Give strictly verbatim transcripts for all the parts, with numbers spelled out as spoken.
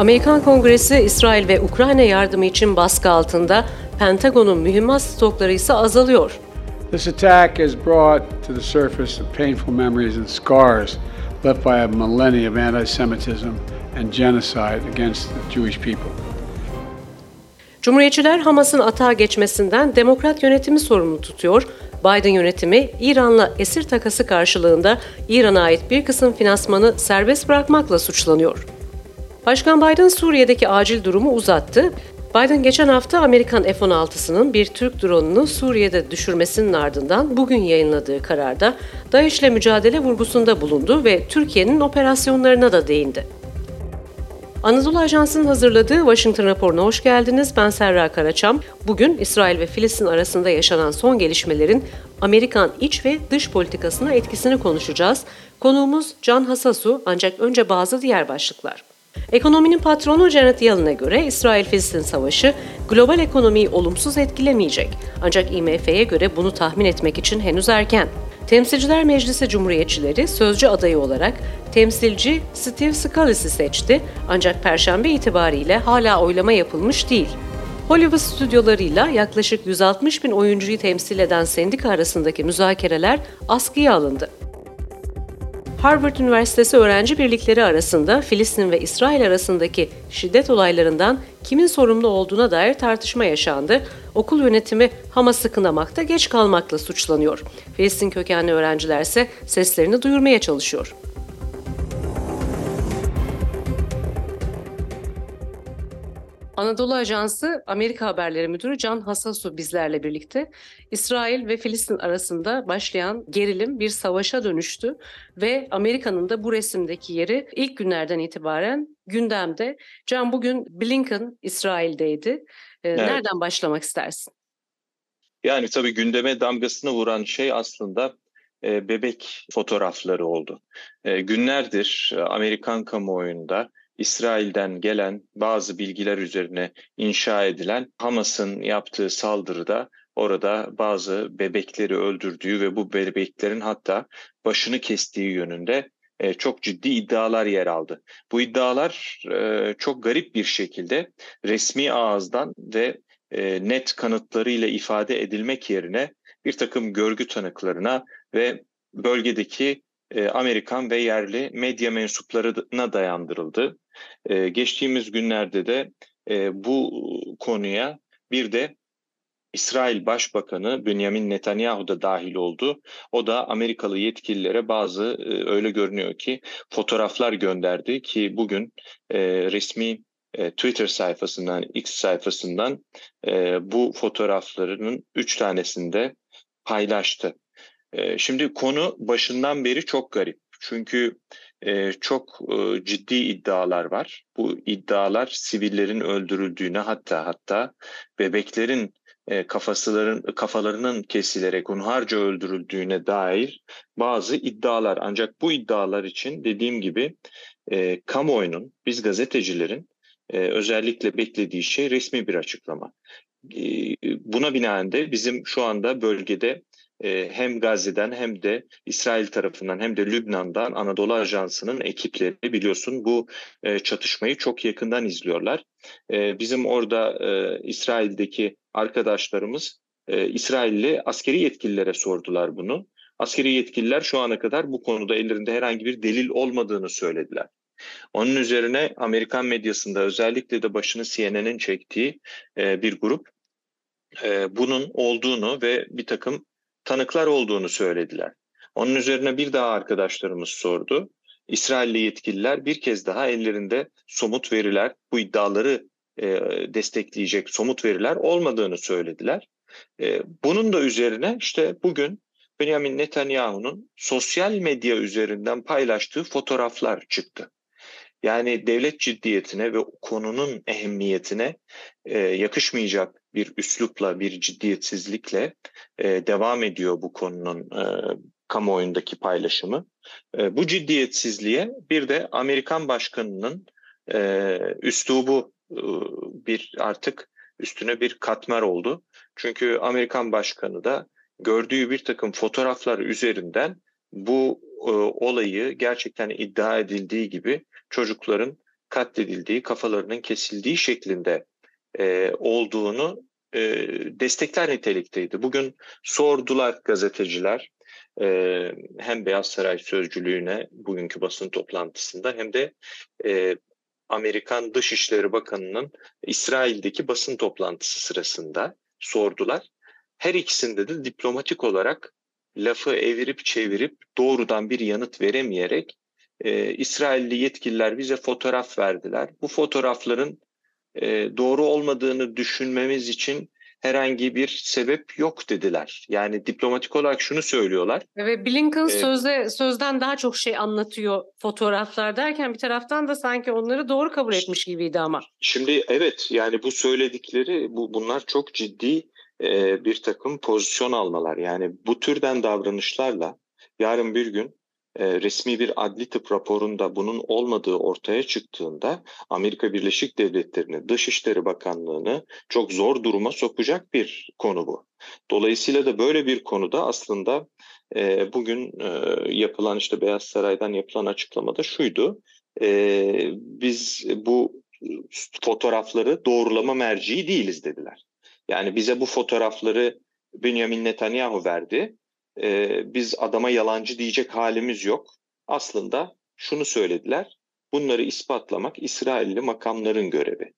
Amerikan Kongresi, İsrail ve Ukrayna yardımı için baskı altında, Pentagon'un mühimmat stokları ise azalıyor. This attack has brought to the surface the painful memories and scars left by a millennia of anti-Semitism and genocide against the Jewish people. Cumhuriyetçiler Hamas'ın atağa geçmesinden demokrat yönetimi sorumlu tutuyor. Biden yönetimi İran'la esir takası karşılığında İran'a ait bir kısım finansmanı serbest bırakmakla suçlanıyor. Başkan Biden Suriye'deki acil durumu uzattı. Biden geçen hafta Amerikan F on altısının bir Türk drone'unu Suriye'de düşürmesinin ardından bugün yayınladığı kararda DAEŞ'le mücadele vurgusunda bulundu ve Türkiye'nin operasyonlarına da değindi. Anadolu Ajansı'nın hazırladığı Washington raporuna hoş geldiniz. Ben Serra Karaçam. Bugün İsrail ve Filistin arasında yaşanan son gelişmelerin Amerikan iç ve dış politikasına etkisini konuşacağız. Konuğumuz Can Hasasu, ancak önce bazı diğer başlıklar. Ekonominin patronu Janet Yellen'e göre İsrail-Filistin savaşı global ekonomiyi olumsuz etkilemeyecek. Ancak I M F'ye göre bunu tahmin etmek için henüz erken. Temsilciler Meclisi Cumhuriyetçileri sözcü adayı olarak temsilci Steve Scalis'i seçti, ancak Perşembe itibariyle hala oylama yapılmış değil. Hollywood stüdyolarıyla yaklaşık yüz altmış bin oyuncuyu temsil eden sendika arasındaki müzakereler askıya alındı. Harvard Üniversitesi öğrenci birlikleri arasında Filistin ve İsrail arasındaki şiddet olaylarından kimin sorumlu olduğuna dair tartışma yaşandı. Okul yönetimi Hamas'ı kınamakta geç kalmakla suçlanıyor. Filistin kökenli öğrenciler ise seslerini duyurmaya çalışıyor. Anadolu Ajansı Amerika Haberleri Müdürü Can Hasasu bizlerle birlikte. İsrail ve Filistin arasında başlayan gerilim bir savaşa dönüştü ve Amerika'nın da bu resimdeki yeri ilk günlerden itibaren gündemde. Can, bugün Blinken İsrail'deydi. Ee, Evet. Nereden başlamak istersin? Yani tabii gündeme damgasını vuran şey aslında e, bebek fotoğrafları oldu. E, günlerdir e, Amerikan kamuoyunda İsrail'den gelen bazı bilgiler üzerine inşa edilen Hamas'ın yaptığı saldırıda orada bazı bebekleri öldürdüğü ve bu bebeklerin hatta başını kestiği yönünde e, çok ciddi iddialar yer aldı. Bu iddialar e, çok garip bir şekilde resmi ağızdan ve e, net kanıtlarıyla ifade edilmek yerine bir takım görgü tanıklarına ve bölgedeki e, Amerikan ve yerli medya mensuplarına dayandırıldı. E, geçtiğimiz günlerde de e, bu konuya bir de İsrail Başbakanı Benjamin Netanyahu da dahil oldu. O da Amerikalı yetkililere bazı e, öyle görünüyor ki fotoğraflar gönderdi ki bugün e, resmi e, Twitter sayfasından, X sayfasından e, bu fotoğraflarının üç tanesini de paylaştı. E, şimdi konu başından beri çok garip. Çünkü e, çok e, ciddi iddialar var. Bu iddialar sivillerin öldürüldüğüne, hatta hatta bebeklerin e, kafasıların kafalarının kesilerek hunharca öldürüldüğüne dair bazı iddialar. Ancak bu iddialar için dediğim gibi e, kamuoyunun, biz gazetecilerin e, özellikle beklediği şey resmi bir açıklama. E, buna binaen de bizim şu anda bölgede hem Gazze'den hem de İsrail tarafından hem de Lübnan'dan Anadolu Ajansı'nın ekipleri biliyorsun bu çatışmayı çok yakından izliyorlar. Bizim orada İsrail'deki arkadaşlarımız İsrailli askeri yetkililere sordular bunu. Askeri yetkililer şu ana kadar bu konuda ellerinde herhangi bir delil olmadığını söylediler. Onun üzerine Amerikan medyasında özellikle de başını C N N'in çektiği bir grup bunun olduğunu ve bir takım tanıklar olduğunu söylediler. Onun üzerine bir daha arkadaşlarımız sordu. İsrailli yetkililer bir kez daha ellerinde somut veriler, bu iddiaları e, destekleyecek somut veriler olmadığını söylediler. E, bunun da üzerine işte bugün Benjamin Netanyahu'nun sosyal medya üzerinden paylaştığı fotoğraflar çıktı. Yani devlet ciddiyetine ve konunun ehemmiyetine e, yakışmayacak bir üslupla, bir ciddiyetsizlikle e, devam ediyor bu konunun e, kamuoyundaki paylaşımı. E, bu ciddiyetsizliğe bir de Amerikan başkanının e, üslubu e, bir artık üstüne bir katmer oldu. Çünkü Amerikan başkanı da gördüğü bir takım fotoğraflar üzerinden bu e, olayı gerçekten iddia edildiği gibi çocukların katledildiği, kafalarının kesildiği şeklinde e, olduğunu e, destekler nitelikteydi. Bugün sordular gazeteciler e, hem Beyaz Saray Sözcülüğü'ne bugünkü basın toplantısında hem de e, Amerikan Dışişleri Bakanı'nın İsrail'deki basın toplantısı sırasında sordular. Her ikisinde de diplomatik olarak lafı evirip çevirip doğrudan bir yanıt veremeyerek e, İsrailli yetkililer bize fotoğraf verdiler. Bu fotoğrafların e, doğru olmadığını düşünmemiz için herhangi bir sebep yok dediler. Yani diplomatik olarak şunu söylüyorlar. Ve Blinken e, sözde sözden daha çok şey anlatıyor fotoğraflar derken bir taraftan da sanki onları doğru kabul etmiş gibiydi ama. Şimdi evet, yani bu söyledikleri bu bunlar çok ciddi e, bir takım pozisyon almalar. Yani bu türden davranışlarla yarın bir gün e, resmi bir adli tıp raporunda bunun olmadığı ortaya çıktığında Amerika Birleşik Devletleri'ni, Dışişleri Bakanlığı'nı çok zor duruma sokacak bir konu bu. Dolayısıyla da böyle bir konuda aslında e, bugün e, yapılan işte Beyaz Saray'dan yapılan açıklamada şuydu. E, biz bu fotoğrafları doğrulama merciği değiliz dediler. Yani bize bu fotoğrafları Benjamin Netanyahu verdi. Ee, biz adama yalancı diyecek halimiz yok. Aslında şunu söylediler. Bunları ispatlamak İsrailli makamların görevi.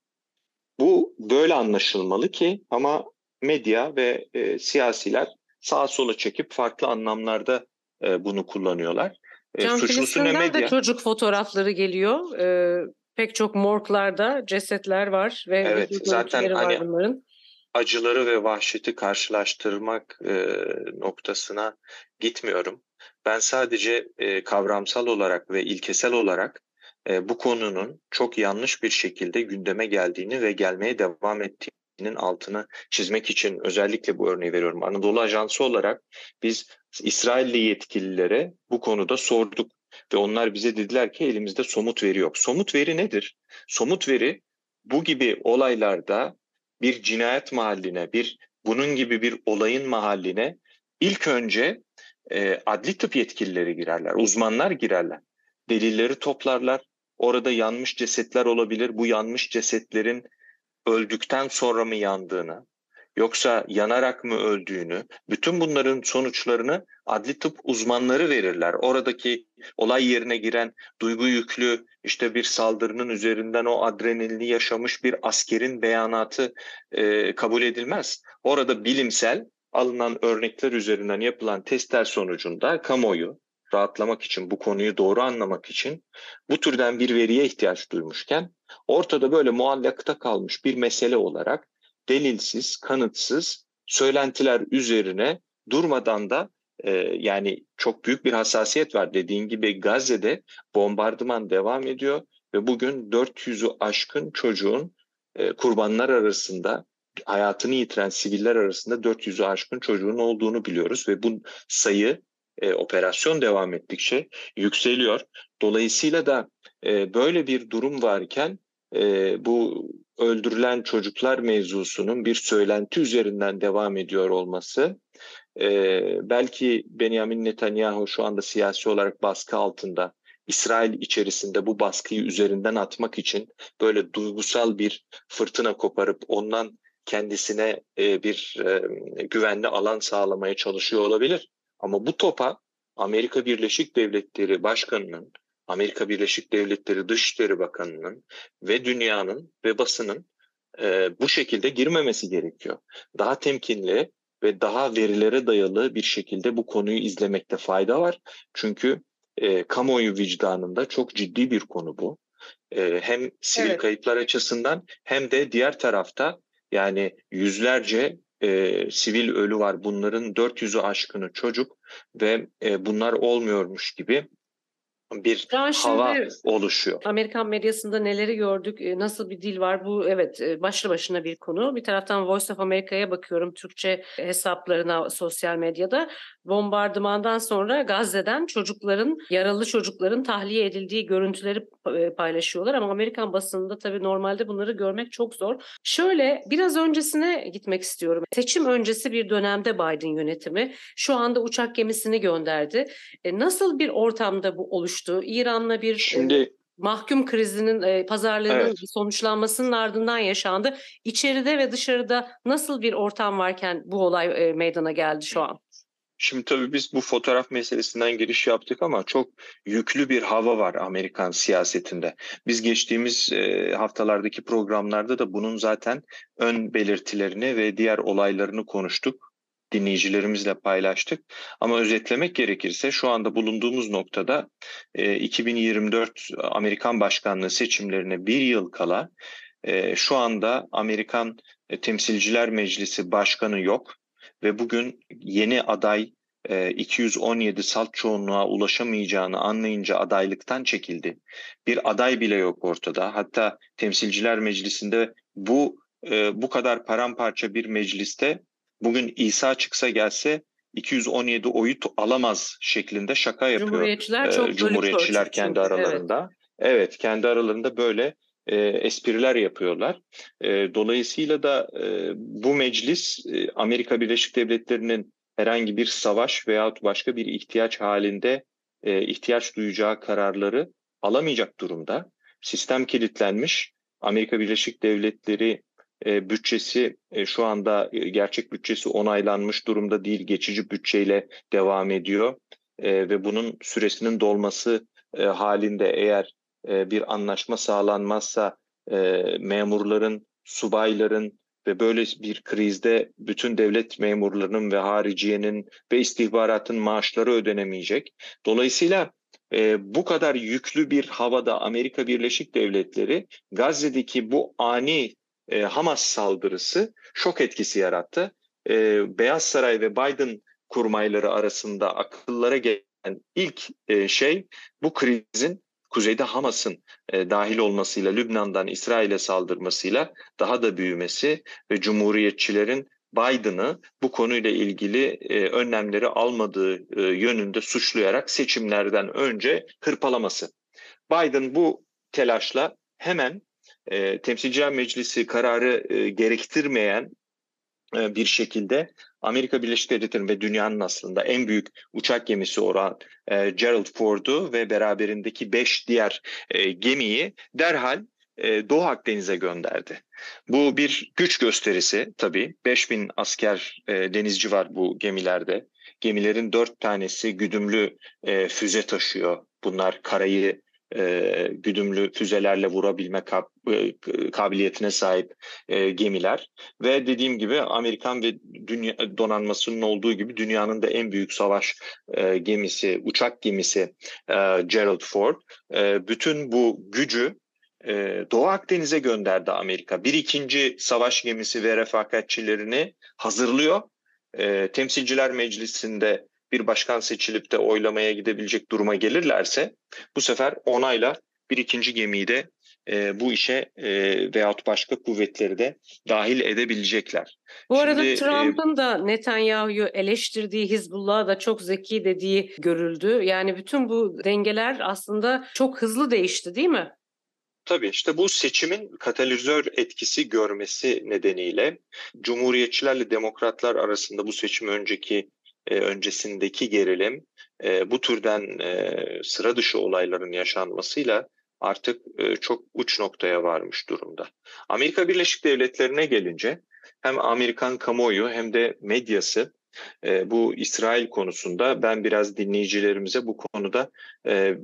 Bu böyle anlaşılmalı ki ama medya ve e, siyasiler sağa sola çekip farklı anlamlarda e, bunu kullanıyorlar. E, Can suçlusu ne Filistin'den de medya? çocuk fotoğrafları geliyor. Ee, pek çok morglarda cesetler var ve Evet, video zaten görüntüleri hani var bunların. acıları ve vahşeti karşılaştırmak e, noktasına gitmiyorum. Ben sadece e, kavramsal olarak ve ilkesel olarak e, bu konunun çok yanlış bir şekilde gündeme geldiğini ve gelmeye devam ettiğinin altını çizmek için özellikle bu örneği veriyorum. Anadolu Ajansı olarak biz İsrailli yetkililere bu konuda sorduk ve onlar bize dediler ki elimizde somut veri yok. Somut veri nedir? Somut veri bu gibi olaylarda bir cinayet mahalline, bir bunun gibi bir olayın mahalline ilk önce e, adli tıp yetkilileri girerler, uzmanlar girerler. Delilleri toplarlar. Orada yanmış cesetler olabilir. Bu yanmış cesetlerin öldükten sonra mı yandığını, yoksa yanarak mı öldüğünü, bütün bunların sonuçlarını adli tıp uzmanları verirler. Oradaki olay yerine giren duygu yüklü işte bir saldırının üzerinden o adrenalini yaşamış bir askerin beyanatı e, kabul edilmez. Orada bilimsel alınan örnekler üzerinden yapılan testler sonucunda kamuoyu rahatlamak için, bu konuyu doğru anlamak için bu türden bir veriye ihtiyaç duymuşken ortada böyle muallakta kalmış bir mesele olarak delilsiz, kanıtsız söylentiler üzerine durmadan da e, yani çok büyük bir hassasiyet var. Dediğin gibi Gazze'de bombardıman devam ediyor ve bugün dört yüzü aşkın çocuğun e, kurbanlar arasında hayatını yitiren siviller arasında dört yüzü aşkın çocuğun olduğunu biliyoruz ve bu sayı e, operasyon devam ettikçe yükseliyor. Dolayısıyla da e, böyle bir durum varken e, bu öldürülen çocuklar mevzusunun bir söylenti üzerinden devam ediyor olması e, belki Benjamin Netanyahu şu anda siyasi olarak baskı altında, İsrail içerisinde bu baskıyı üzerinden atmak için böyle duygusal bir fırtına koparıp ondan kendisine e, bir e, güvenli alan sağlamaya çalışıyor olabilir. Ama bu topa Amerika Birleşik Devletleri Başkanı'nın, Amerika Birleşik Devletleri Dışişleri Bakanı'nın ve dünyanın ve basının e, bu şekilde girmemesi gerekiyor. Daha temkinli ve daha verilere dayalı bir şekilde bu konuyu izlemekte fayda var. Çünkü e, kamuoyu vicdanında çok ciddi bir konu bu. E, hem sivil Evet. kayıplar açısından hem de diğer tarafta yani yüzlerce e, sivil ölü var. Bunların dört yüzü aşkını çocuk ve e, bunlar olmuyormuş gibi bir Can hava şimdi oluşuyor. Amerikan medyasında neleri gördük, e, nasıl bir dil var bu evet e, başlı başına bir konu. Bir taraftan Voice of America'ya bakıyorum Türkçe hesaplarına sosyal medyada. Bombardımandan sonra Gazze'den çocukların, yaralı çocukların tahliye edildiği görüntüleri e, paylaşıyorlar. Ama Amerikan basınında tabii normalde bunları görmek çok zor. Şöyle biraz öncesine gitmek istiyorum. Seçim öncesi bir dönemde Biden yönetimi şu anda uçak gemisini gönderdi. E, nasıl bir ortamda bu oluştu? İran'la bir Şimdi mahkum krizinin, e, pazarlığının Evet. sonuçlanmasının ardından yaşandı. İçeride ve dışarıda nasıl bir ortam varken bu olay e, meydana geldi şu an? Şimdi tabii biz bu fotoğraf meselesinden giriş yaptık ama çok yüklü bir hava var Amerikan siyasetinde. Biz geçtiğimiz e, haftalardaki programlarda da bunun zaten ön belirtilerini ve diğer olaylarını konuştuk. Dinleyicilerimizle paylaştık. Ama özetlemek gerekirse şu anda bulunduğumuz noktada e, iki bin yirmi dört Amerikan başkanlığı seçimlerine bir yıl kala e, şu anda Amerikan e, Temsilciler Meclisi Başkanı yok. Ve bugün yeni aday e, iki yüz on yedi salt çoğunluğa ulaşamayacağını anlayınca adaylıktan çekildi. Bir aday bile yok ortada. Hatta Temsilciler Meclisi'nde bu e, bu kadar paramparça bir mecliste bugün İsa çıksa gelse iki yüz on yedi oyu alamaz şeklinde şaka yapıyor Cumhuriyetçiler e, çok bölük Cumhuriyetçiler pörçük kendi çünkü. Evet. aralarında. Evet, kendi aralarında böyle e, espriler yapıyorlar. E, dolayısıyla da e, bu meclis e, Amerika Birleşik Devletleri'nin herhangi bir savaş veyahut başka bir ihtiyaç halinde e, ihtiyaç duyacağı kararları alamayacak durumda. Sistem kilitlenmiş. Amerika Birleşik Devletleri e, bütçesi e, şu anda e, gerçek bütçesi onaylanmış durumda değil. Geçici bütçeyle devam ediyor. E, ve bunun süresinin dolması e, halinde eğer e, bir anlaşma sağlanmazsa e, memurların, subayların ve böyle bir krizde bütün devlet memurlarının ve hariciyenin ve istihbaratın maaşları ödenemeyecek. Dolayısıyla e, bu kadar yüklü bir havada Amerika Birleşik Devletleri Gazze'deki bu ani e, Hamas saldırısı şok etkisi yarattı. E, Beyaz Saray ve Biden kurmayları arasında akıllara gelen ilk e, şey bu krizin kuzeyde Hamas'ın e, dahil olmasıyla, Lübnan'dan İsrail'e saldırmasıyla daha da büyümesi ve Cumhuriyetçilerin Biden'ı bu konuyla ilgili e, önlemleri almadığı e, yönünde suçlayarak seçimlerden önce hırpalaması. Biden bu telaşla hemen e, Temsilciler Meclisi kararı e, gerektirmeyen e, bir şekilde Amerika Birleşik Devletleri'nin ve dünyanın aslında en büyük uçak gemisi olan e, Gerald Ford'u ve beraberindeki beş diğer e, gemiyi derhal e, Doğu Akdeniz'e gönderdi. Bu bir güç gösterisi tabii. beş bin asker e, denizci var bu gemilerde. Gemilerin dört tanesi güdümlü e, füze taşıyor. Bunlar karayı e, güdümlü füzelerle vurabilme kab- e, kabiliyetine sahip e, gemiler. Ve dediğim gibi Amerikan ve dünya donanmasının olduğu gibi dünyanın da en büyük savaş e, gemisi, uçak gemisi e, Gerald Ford. E, bütün bu gücü e, Doğu Akdeniz'e gönderdi Amerika. Bir ikinci savaş gemisi ve refakatçilerini hazırlıyor. E, Temsilciler Meclisi'nde bir başkan seçilip de oylamaya gidebilecek duruma gelirlerse bu sefer onayla bir ikinci gemiyi de e, bu işe e, veyahut başka kuvvetleri de dahil edebilecekler. Bu Şimdi arada e, Trump'ın da Netanyahu'yu eleştirdiği, Hizbullah'ı da çok zeki dediği görüldü. Yani bütün bu dengeler aslında çok hızlı değişti, değil mi? tabii işte bu seçimin katalizör etkisi görmesi nedeniyle Cumhuriyetçilerle Demokratlar arasında bu seçim önceki e, öncesindeki gerilim e, bu türden e, sıra dışı olayların yaşanmasıyla artık e, çok uç noktaya varmış durumda. Amerika Birleşik Devletleri'ne gelince hem Amerikan kamuoyu hem de medyası e, bu İsrail konusunda ben biraz dinleyicilerimize bu konuda e,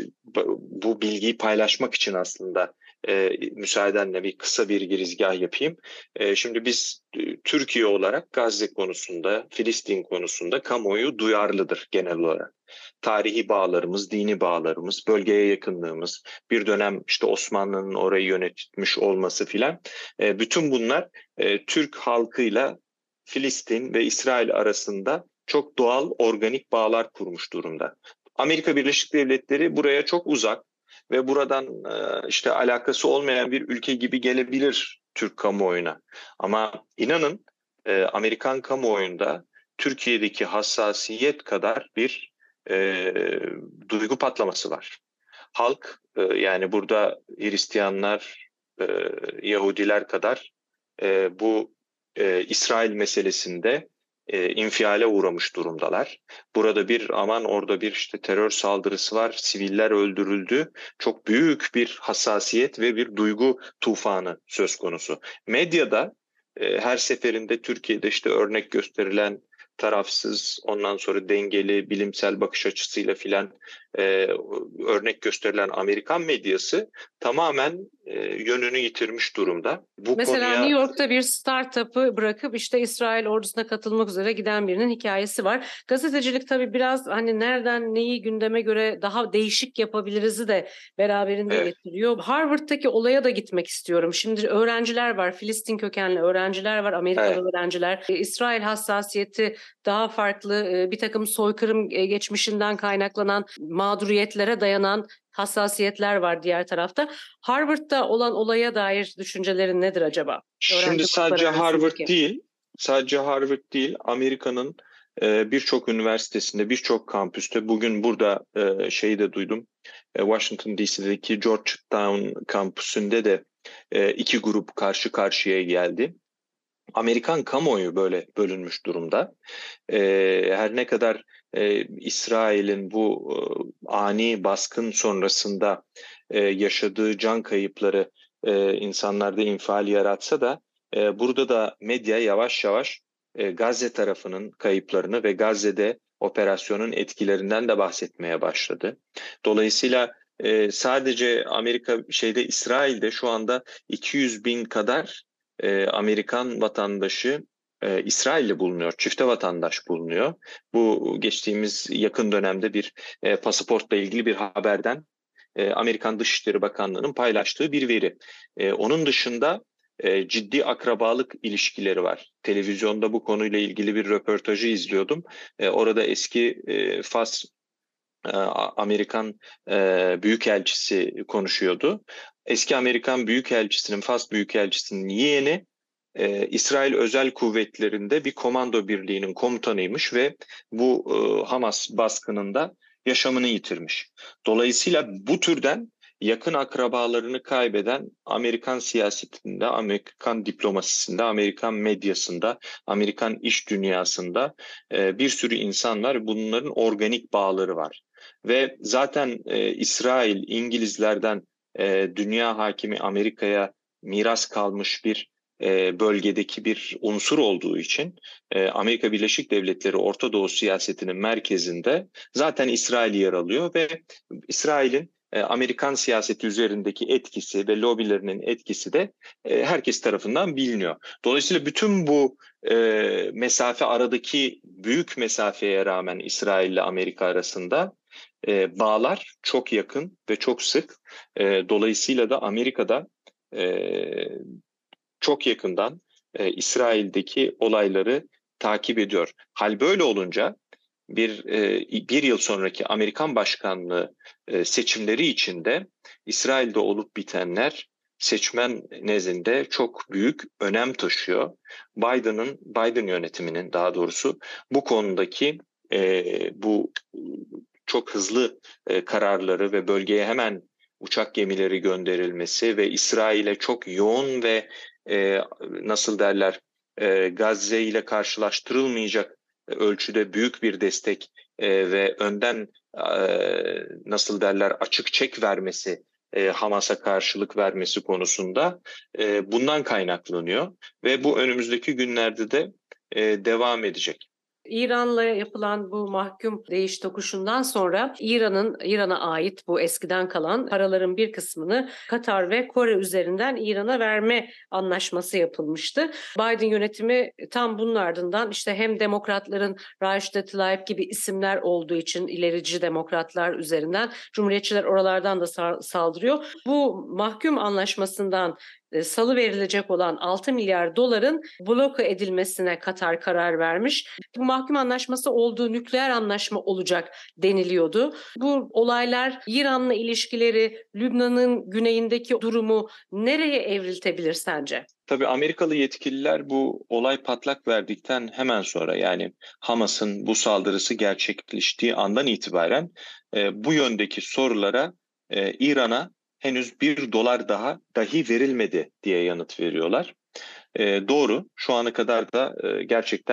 bu bilgiyi paylaşmak için aslında e, müsaadenle bir kısa bir girizgah yapayım. E, şimdi biz e, Türkiye olarak Gazze konusunda, Filistin konusunda kamuoyu duyarlıdır genel olarak. Tarihi bağlarımız, dini bağlarımız, bölgeye yakınlığımız, bir dönem işte Osmanlı'nın orayı yönetmiş olması filan. E, bütün bunlar e, Türk halkıyla Filistin ve İsrail arasında çok doğal, organik bağlar kurmuş durumda. Amerika Birleşik Devletleri buraya çok uzak ve buradan e, işte alakası olmayan bir ülke gibi gelebilir Türk kamuoyuna. Ama inanın e, Amerikan kamuoyunda Türkiye'deki hassasiyet kadar bir e, duygu patlaması var. Halk e, yani burada Hristiyanlar, e, Yahudiler kadar e, bu e, İsrail meselesinde e, infiale uğramış durumdalar. Burada bir aman orada bir işte terör saldırısı var, siviller öldürüldü. Çok büyük bir hassasiyet ve bir duygu tufanı söz konusu. Medyada e, her seferinde Türkiye'de işte örnek gösterilen tarafsız, ondan sonra dengeli, bilimsel bakış açısıyla filan e, örnek gösterilen Amerikan medyası tamamen e, yönünü yitirmiş durumda. Bu Mesela konuya New York'ta bir startup'ı bırakıp işte İsrail ordusuna katılmak üzere giden birinin hikayesi var. Gazetecilik tabii biraz hani nereden neyi gündeme göre daha değişik yapabiliriz'i de beraberinde evet, getiriyor. Harvard'daki olaya da gitmek istiyorum. Şimdi öğrenciler var, Filistin kökenli öğrenciler var, Amerikalı evet. öğrenciler. E, İsrail hassasiyeti daha farklı, e, bir takım soykırım e, geçmişinden kaynaklanan mağduriyetlere dayanan hassasiyetler var diğer tarafta. Harvard'da olan olaya dair düşüncelerin nedir acaba? Şimdi Öğrenci grupları sadece Harvard arasındaki. değil, sadece Harvard değil, Amerika'nın e, birçok üniversitesinde, birçok kampüste, bugün burada e, şeyi de duydum, e, Washington D C'deki Georgetown kampüsünde de e, iki grup karşı karşıya geldi. Amerikan kamuoyu böyle bölünmüş durumda. E, her ne kadar e, İsrail'in bu e, ani baskın sonrasında e, yaşadığı can kayıpları e, insanlarda infial yaratsa da e, burada da medya yavaş yavaş e, Gazze tarafının kayıplarını ve Gazze'de operasyonun etkilerinden de bahsetmeye başladı. Dolayısıyla e, sadece Amerika şeyde İsrail'de şu anda iki yüz bin kadar e, Amerikan vatandaşı e, İsrail'de bulunuyor, çifte vatandaş bulunuyor. Bu geçtiğimiz yakın dönemde bir e, pasaportla ilgili bir haberden e, Amerikan Dışişleri Bakanlığı'nın paylaştığı bir veri. E, onun dışında e, ciddi akrabalık ilişkileri var. Televizyonda bu konuyla ilgili bir röportajı izliyordum. E, orada eski e, Fas e, Amerikan e, Büyükelçisi konuşuyordu. Eski Amerikan Büyükelçisinin, Fas Büyükelçisinin yeğeni e, İsrail Özel Kuvvetleri'nde bir komando birliğinin komutanıymış ve bu e, Hamas baskınında yaşamını yitirmiş. Dolayısıyla bu türden yakın akrabalarını kaybeden Amerikan siyasetinde, Amerikan diplomasisinde, Amerikan medyasında, Amerikan iş dünyasında e, bir sürü insan var. Bunların organik bağları var. Ve zaten e, İsrail, İngilizlerden e, dünya hakimi Amerika'ya miras kalmış bir e, bölgedeki bir unsur olduğu için e, Amerika Birleşik Devletleri Orta Doğu siyasetinin merkezinde zaten İsrail yer alıyor ve İsrail'in e, Amerikan siyaseti üzerindeki etkisi ve lobilerinin etkisi de e, herkes tarafından biliniyor. Dolayısıyla bütün bu e, mesafe, aradaki büyük mesafeye rağmen İsrail ile Amerika arasında e, bağlar çok yakın ve çok sık. E, dolayısıyla da Amerika'da e, çok yakından e, İsrail'deki olayları takip ediyor. Hal böyle olunca bir e, bir yıl sonraki Amerikan başkanlığı e, seçimleri içinde İsrail'de olup bitenler seçmen nezdinde çok büyük önem taşıyor. Biden'ın Biden yönetiminin daha doğrusu bu konudaki e, bu çok hızlı e, kararları ve bölgeye hemen uçak gemileri gönderilmesi ve İsrail'e çok yoğun ve e, nasıl derler e, Gazze ile karşılaştırılmayacak ölçüde büyük bir destek e, ve önden e, nasıl derler açık çek vermesi, e, Hamas'a karşılık vermesi konusunda e, bundan kaynaklanıyor ve bu önümüzdeki günlerde de e, devam edecek. İran'la yapılan bu mahkum değiş tokuşundan sonra İran'ın İran'a ait bu eskiden kalan paraların bir kısmını Katar ve Kore üzerinden İran'a verme anlaşması yapılmıştı. Biden yönetimi tam bunun ardından işte hem demokratların Raşida Tlaib gibi isimler olduğu için ilerici demokratlar üzerinden Cumhuriyetçiler oralardan da saldırıyor. Bu mahkum anlaşmasından salı verilecek olan altı milyar doların bloke edilmesine Katar karar vermiş. Bu mahkum anlaşması olduğu nükleer anlaşma olacak deniliyordu. Bu olaylar İran'la ilişkileri, Lübnan'ın güneyindeki durumu nereye evriltebilir sence? Tabii Amerikalı yetkililer bu olay patlak verdikten hemen sonra, yani Hamas'ın bu saldırısı gerçekleştiği andan itibaren e, bu yöndeki sorulara e, İran'a henüz bir dolar daha dahi verilmedi diye yanıt veriyorlar. E, doğru, şu ana kadar da e, gerçekten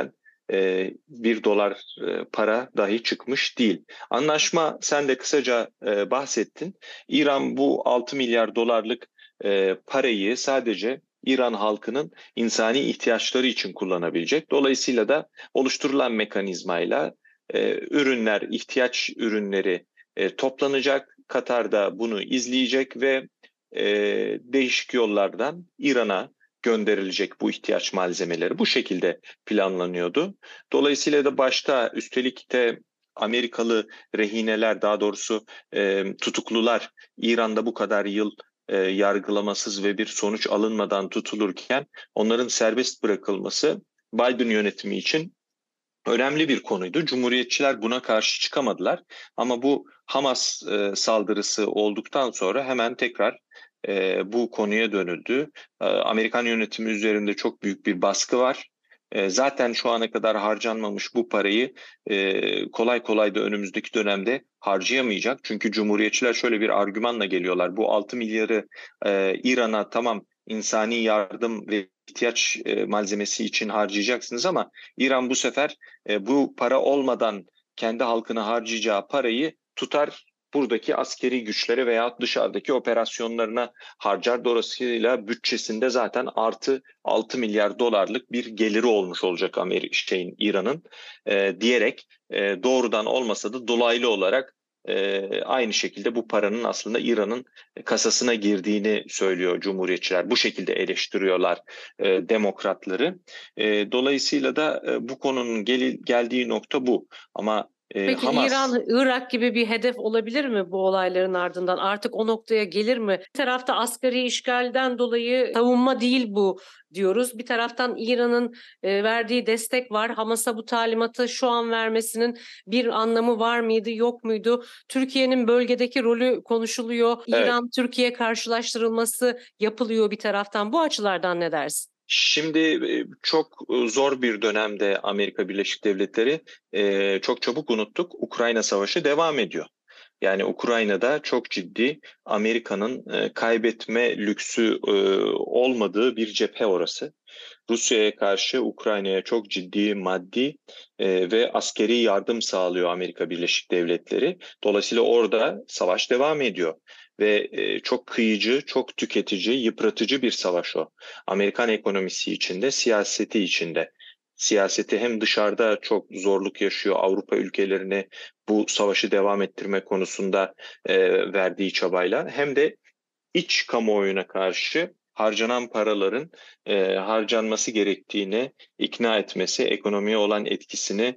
e, bir dolar e, para dahi çıkmış değil. Anlaşma, sen de kısaca e, bahsettin. İran bu altı milyar dolarlık e, parayı sadece İran halkının insani ihtiyaçları için kullanabilecek. Dolayısıyla da oluşturulan mekanizmayla e, ürünler, ihtiyaç ürünleri e, toplanacak. Katar da bunu izleyecek ve e, değişik yollardan İran'a gönderilecek bu ihtiyaç malzemeleri. Bu şekilde planlanıyordu. Dolayısıyla da başta, üstelik de Amerikalı rehineler, daha doğrusu e, tutuklular İran'da bu kadar yıl e, yargılamasız ve bir sonuç alınmadan tutulurken onların serbest bırakılması Biden yönetimi için önemli bir konuydu. Cumhuriyetçiler buna karşı çıkamadılar. Ama bu Hamas e, saldırısı olduktan sonra hemen tekrar e, bu konuya dönüldü. E, Amerikan yönetimi üzerinde çok büyük bir baskı var. E, zaten şu ana kadar harcanmamış bu parayı e, kolay kolay da önümüzdeki dönemde harcayamayacak. Çünkü Cumhuriyetçiler şöyle bir argümanla geliyorlar. Bu altı milyarı e, İran'a, tamam, insani yardım ve ihtiyaç e, malzemesi için harcayacaksınız ama İran bu sefer e, bu para olmadan kendi halkına harcayacağı parayı tutar, buradaki askeri güçlere veya dışarıdaki operasyonlarına harcar. Dolayısıyla bütçesinde zaten artı altı milyar dolarlık bir geliri olmuş olacak Amerika, şeyin, İran'ın e, diyerek e, doğrudan olmasa da dolaylı olarak e, aynı şekilde bu paranın aslında İran'ın kasasına girdiğini söylüyor Cumhuriyetçiler. Bu şekilde eleştiriyorlar e, demokratları. E, dolayısıyla da e, bu konunun gel- geldiği nokta bu. Ama e, Peki Hamas... İran, Irak gibi bir hedef olabilir mi bu olayların ardından? Artık o noktaya gelir mi? Bir tarafta asgari işgalden dolayı savunma değil bu diyoruz. Bir taraftan İran'ın e, verdiği destek var. Hamas'a bu talimatı şu an vermesinin bir anlamı var mıydı, yok muydu? Türkiye'nin bölgedeki rolü konuşuluyor. Evet. İran-Türkiye karşılaştırılması yapılıyor bir taraftan. Bu açılardan ne dersin? Şimdi e, çok zor bir dönemde Amerika Birleşik Devletleri, e, çok çabuk unuttuk, Ukrayna Savaşı devam ediyor. Yani Ukrayna'da çok ciddi, Amerika'nın e, kaybetme lüksü e, olmadığı bir cephe orası. Rusya'ya karşı Ukrayna'ya çok ciddi maddi e, ve askeri yardım sağlıyor Amerika Birleşik Devletleri. Dolayısıyla orada savaş devam ediyor ve e, çok kıyıcı, çok tüketici, yıpratıcı bir savaş o. Amerikan ekonomisi içinde, siyaseti içinde. Siyaseti hem dışarıda çok zorluk yaşıyor, Avrupa ülkelerine bu savaşı devam ettirme konusunda e, verdiği çabayla, hem de iç kamuoyuna karşı harcanan paraların e, harcanması gerektiğini ikna etmesi, ekonomiye olan etkisini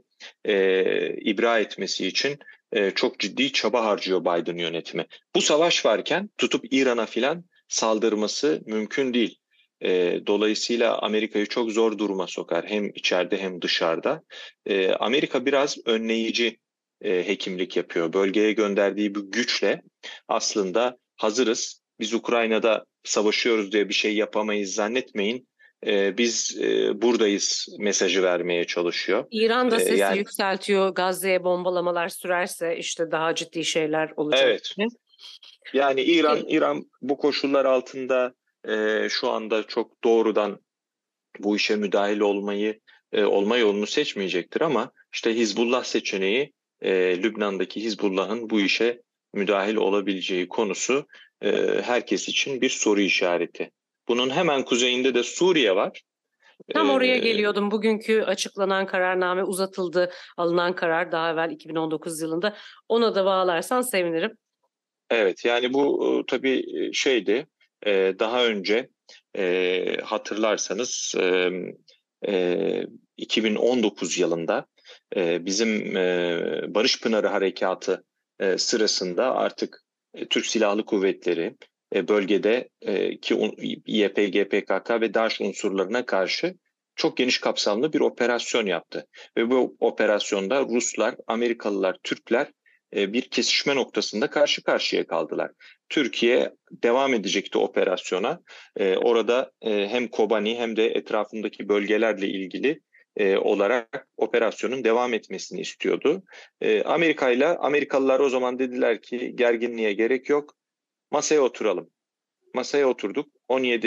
e, ibra etmesi için e, çok ciddi çaba harcıyor Biden yönetimi. Bu savaş varken tutup İran'a filan saldırması mümkün değil. E, dolayısıyla Amerika'yı çok zor duruma sokar, hem içeride hem dışarıda. E, Amerika biraz önleyici e, hekimlik yapıyor. Bölgeye gönderdiği bu güçle aslında hazırız, biz Ukrayna'da savaşıyoruz diye bir şey yapamayız zannetmeyin, Ee, biz e, buradayız mesajı vermeye çalışıyor. İran da Ee, sesi yani yükseltiyor. Gazze'ye bombalamalar sürerse işte daha ciddi şeyler olacak evet, gibi. yani İran Peki, İran bu koşullar altında e, şu anda çok doğrudan bu işe müdahil olmayı e, olma yolunu seçmeyecektir ama işte Hizbullah seçeneği, e, Lübnan'daki Hizbullah'ın bu işe müdahil olabileceği konusu e, herkes için bir soru işareti. Bunun hemen kuzeyinde de Suriye var. tam oraya E, geliyordum. Bugünkü açıklanan kararname uzatıldı. Alınan karar daha evvel iki bin on dokuz yılında. Ona da bağlarsan sevinirim. evet, yani bu e, tabii e, şeydi, e, daha önce e, hatırlarsanız e, e, iki bin on dokuz yılında e, bizim e, Barış Pınarı Harekatı e, sırasında artık e, Türk Silahlı Kuvvetleri e, bölgede e, ki Y P G, P K K ve DAEŞ unsurlarına karşı çok geniş kapsamlı bir operasyon yaptı. Ve bu operasyonda Ruslar, Amerikalılar, Türkler e, bir kesişme noktasında karşı karşıya kaldılar. Türkiye devam edecekti operasyona. E, orada e, hem Kobani hem de etrafındaki bölgelerle ilgili e, olarak operasyonun devam etmesini istiyordu. E, Amerika ile Amerikalılar o zaman dediler ki gerginliğe gerek yok, masaya oturalım. Masaya oturduk. on yedi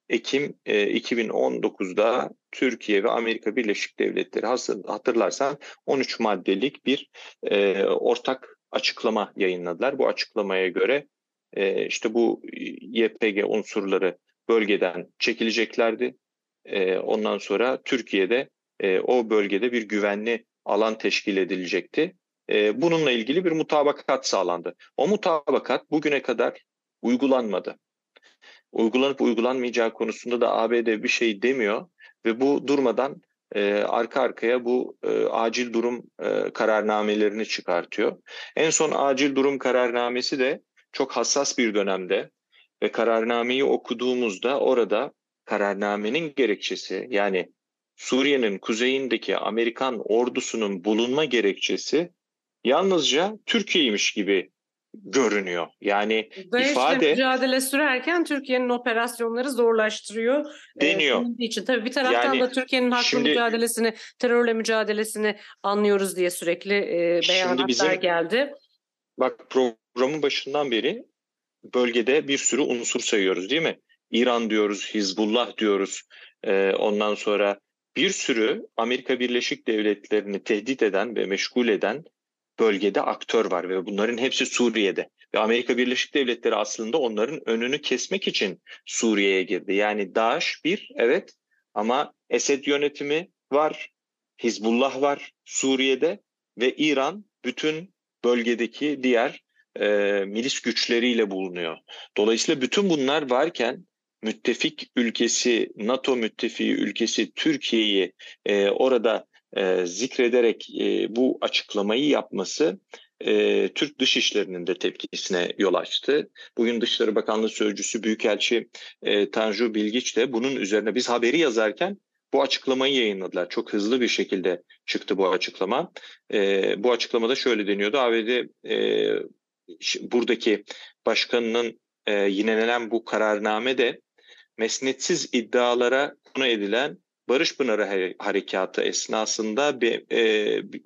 Ekim e, iki bin on dokuzda Türkiye ve Amerika Birleşik Devletleri hatırlarsan on üç maddelik bir e, ortak açıklama yayınladılar. Bu açıklamaya göre e, işte bu Y P G unsurları bölgeden çekileceklerdi. E, ondan sonra Türkiye'de e, o bölgede bir güvenli alan teşkil edilecekti. E, bununla ilgili bir mutabakat sağlandı. O mutabakat bugüne kadar uygulanmadı. Uygulanıp uygulanmayacağı konusunda da A B D bir şey demiyor ve bu durmadan e, arka arkaya bu e, acil durum e, kararnamelerini çıkartıyor. En son acil durum kararnamesi de çok hassas bir dönemde ve kararnameyi okuduğumuzda orada kararnamenin gerekçesi, yani Suriye'nin kuzeyindeki Amerikan ordusunun bulunma gerekçesi yalnızca Türkiye'ymiş gibi görünüyor. Yani DAEŞ'le ifade mücadele sürerken Türkiye'nin operasyonları zorlaştırıyor. deniyor. Ee, için tabii bir taraftan Yani da Türkiye'nin haklı şimdi mücadelesini, terörle mücadelesini anlıyoruz diye sürekli e, beyanatlar bizim geldi. bak, programın başından beri bölgede bir sürü unsur sayıyoruz, değil mi? İran diyoruz, Hizbullah diyoruz. Ee, ondan sonra bir sürü Amerika Birleşik Devletleri'ni tehdit eden ve meşgul eden bölgede aktör var ve bunların hepsi Suriye'de. Ve Amerika Birleşik Devletleri aslında onların önünü kesmek için Suriye'ye girdi. Yani DAEŞ bir, evet, ama Esed yönetimi var, Hizbullah var Suriye'de ve İran bütün bölgedeki diğer e, milis güçleriyle bulunuyor. Dolayısıyla bütün bunlar varken müttefik ülkesi, NATO müttefiği ülkesi Türkiye'yi e, orada e, zikrederek e, bu açıklamayı yapması e, Türk Dışişleri'nin de tepkisine yol açtı. Bugün Dışişleri Bakanlığı Sözcüsü Büyükelçi e, Tanju Bilgiç de bunun üzerine, biz haberi yazarken bu açıklamayı yayınladılar. Çok hızlı bir şekilde çıktı bu açıklama. E, bu açıklamada şöyle deniyordu: A B D e, buradaki başkanının e, yinelenen bu kararnamede mesnetsiz iddialara konu edilen Barış Pınarı Harekatı esnasında bir, e, bir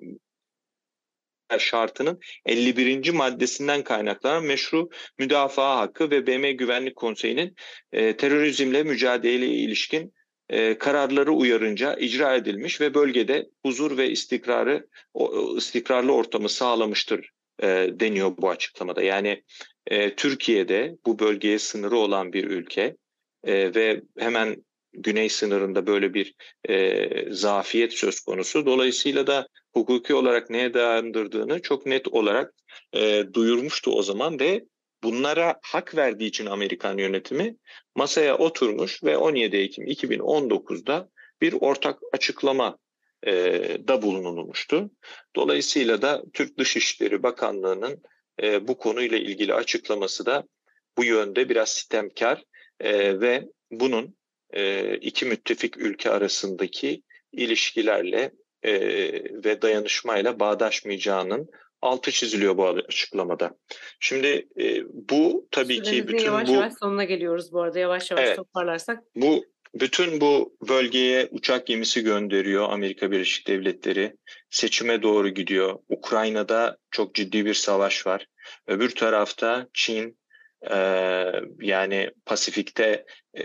şartının elli birinci maddesinden kaynaklanan meşru müdafaa hakkı ve B M Güvenlik Konseyi'nin e, terörizmle mücadeleye ilişkin e, kararları uyarınca icra edilmiş ve bölgede huzur ve istikrarı o, istikrarlı ortamı sağlamıştır e, deniyor bu açıklamada. Yani e, Türkiye'de bu bölgeye sınırı olan bir ülke e, ve hemen güney sınırında böyle bir e, zafiyet söz konusu. Dolayısıyla da hukuki olarak neye dayandırdığını çok net olarak e, duyurmuştu o zaman ve bunlara hak verdiği için Amerikan yönetimi masaya oturmuş ve on yedi Ekim iki bin on dokuzda bir ortak açıklama e, da bulunulmuştu. Dolayısıyla da Türk Dışişleri Bakanlığı'nın e, bu konuyla ilgili açıklaması da bu yönde biraz sitemkar e, ve bunun e, iki müttefik ülke arasındaki ilişkilerle e, ve dayanışmayla bağdaşmayacağının altı çiziliyor bu açıklamada. Şimdi e, bu tabii Süremizin ki bütün yavaş bu yavaş sonuna geliyoruz bu arada. Yavaş yavaş evet, toparlarsak. Bu bütün bu bölgeye uçak gemisi gönderiyor Amerika Birleşik Devletleri. Seçime doğru gidiyor. Ukrayna'da çok ciddi bir savaş var. Öbür tarafta Çin, e, yani Pasifik'te e,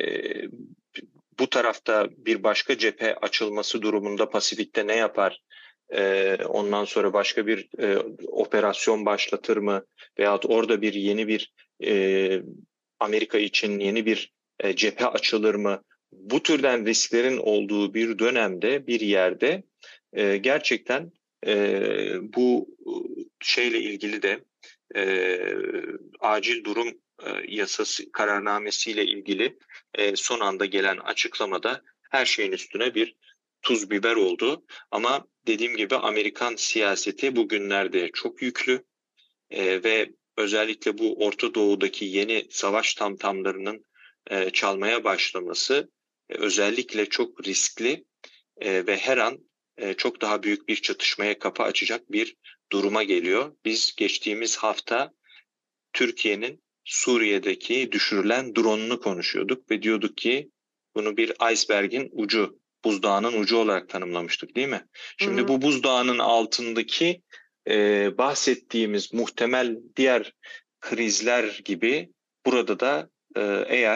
bu tarafta bir başka cephe açılması durumunda Pasifik'te ne yapar? Ee, ondan sonra başka bir e, operasyon başlatır mı? Veyahut orada bir yeni bir e, Amerika için yeni bir e, cephe açılır mı? Bu türden risklerin olduğu bir dönemde, bir yerde e, gerçekten e, bu şeyle ilgili de e, acil durum e, yasası kararnamesiyle ilgili e, son anda gelen açıklamada her şeyin üstüne bir tuz biber oldu. Ama dediğim gibi Amerikan siyaseti bugünlerde çok yüklü e, ve özellikle bu Orta Doğu'daki yeni savaş tamtamlarının e, çalmaya başlaması e, özellikle çok riskli e, ve her an e, çok daha büyük bir çatışmaya kapı açacak bir duruma geliyor. Biz geçtiğimiz hafta Türkiye'nin Suriye'deki düşürülen drone'unu konuşuyorduk ve diyorduk ki bunu bir iceberg'in ucu, buzdağının ucu olarak tanımlamıştık, değil mi? Şimdi Hı hı. bu buzdağının altındaki e, bahsettiğimiz muhtemel diğer krizler gibi burada da e, eğer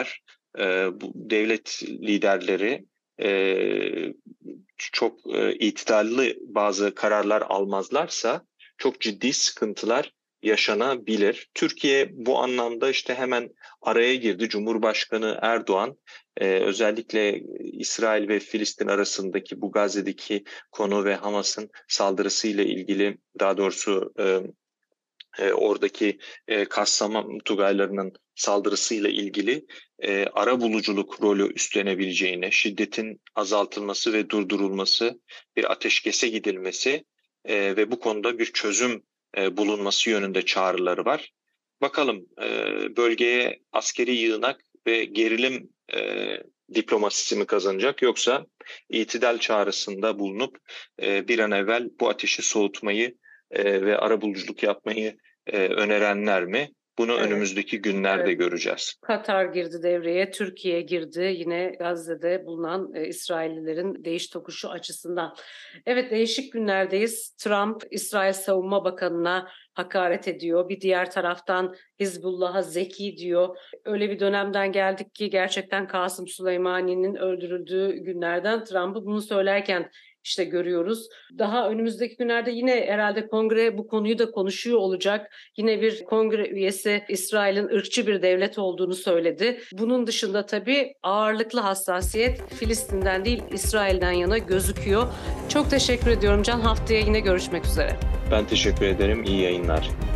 e, bu devlet liderleri e, çok e, itidalli bazı kararlar almazlarsa çok ciddi sıkıntılar yaşanabilir. Türkiye bu anlamda işte hemen araya girdi. Cumhurbaşkanı Erdoğan e, özellikle İsrail ve Filistin arasındaki bu Gazze'deki konu ve Hamas'ın saldırısıyla ilgili, daha doğrusu e, e, oradaki e, Kassam Tugaylarının saldırısıyla ilgili e, arabuluculuk rolü üstlenebileceğine, şiddetin azaltılması ve durdurulması, bir ateşkese gidilmesi e, ve bu konuda bir çözüm e, bulunması yönünde çağrıları var. Bakalım e, bölgeye askeri yığınak ve gerilim e, diplomasisi mi kazanacak, yoksa itidal çağrısında bulunup e, bir an evvel bu ateşi soğutmayı e, ve arabuluculuk yapmayı e, önerenler mi? Bunu evet. önümüzdeki günlerde evet. göreceğiz. Katar girdi devreye, Türkiye girdi yine Gazze'de bulunan e, İsraillilerin değiş tokuşu açısından. Evet, değişik günlerdeyiz. Trump, İsrail Savunma Bakanı'na hakaret ediyor. Bir diğer taraftan Hizbullah'a zeki diyor. Öyle bir dönemden geldik ki gerçekten Kasım Süleymani'nin öldürüldüğü günlerden Trump'ı bunu söylerken İşte görüyoruz. Daha önümüzdeki günlerde yine herhalde kongre bu konuyu da konuşuyor olacak. Yine bir kongre üyesi İsrail'in ırkçı bir devlet olduğunu söyledi. Bunun dışında tabii ağırlıklı hassasiyet Filistin'den değil İsrail'den yana gözüküyor. Çok teşekkür ediyorum Can. Haftaya yine görüşmek üzere. Ben teşekkür ederim. İyi yayınlar.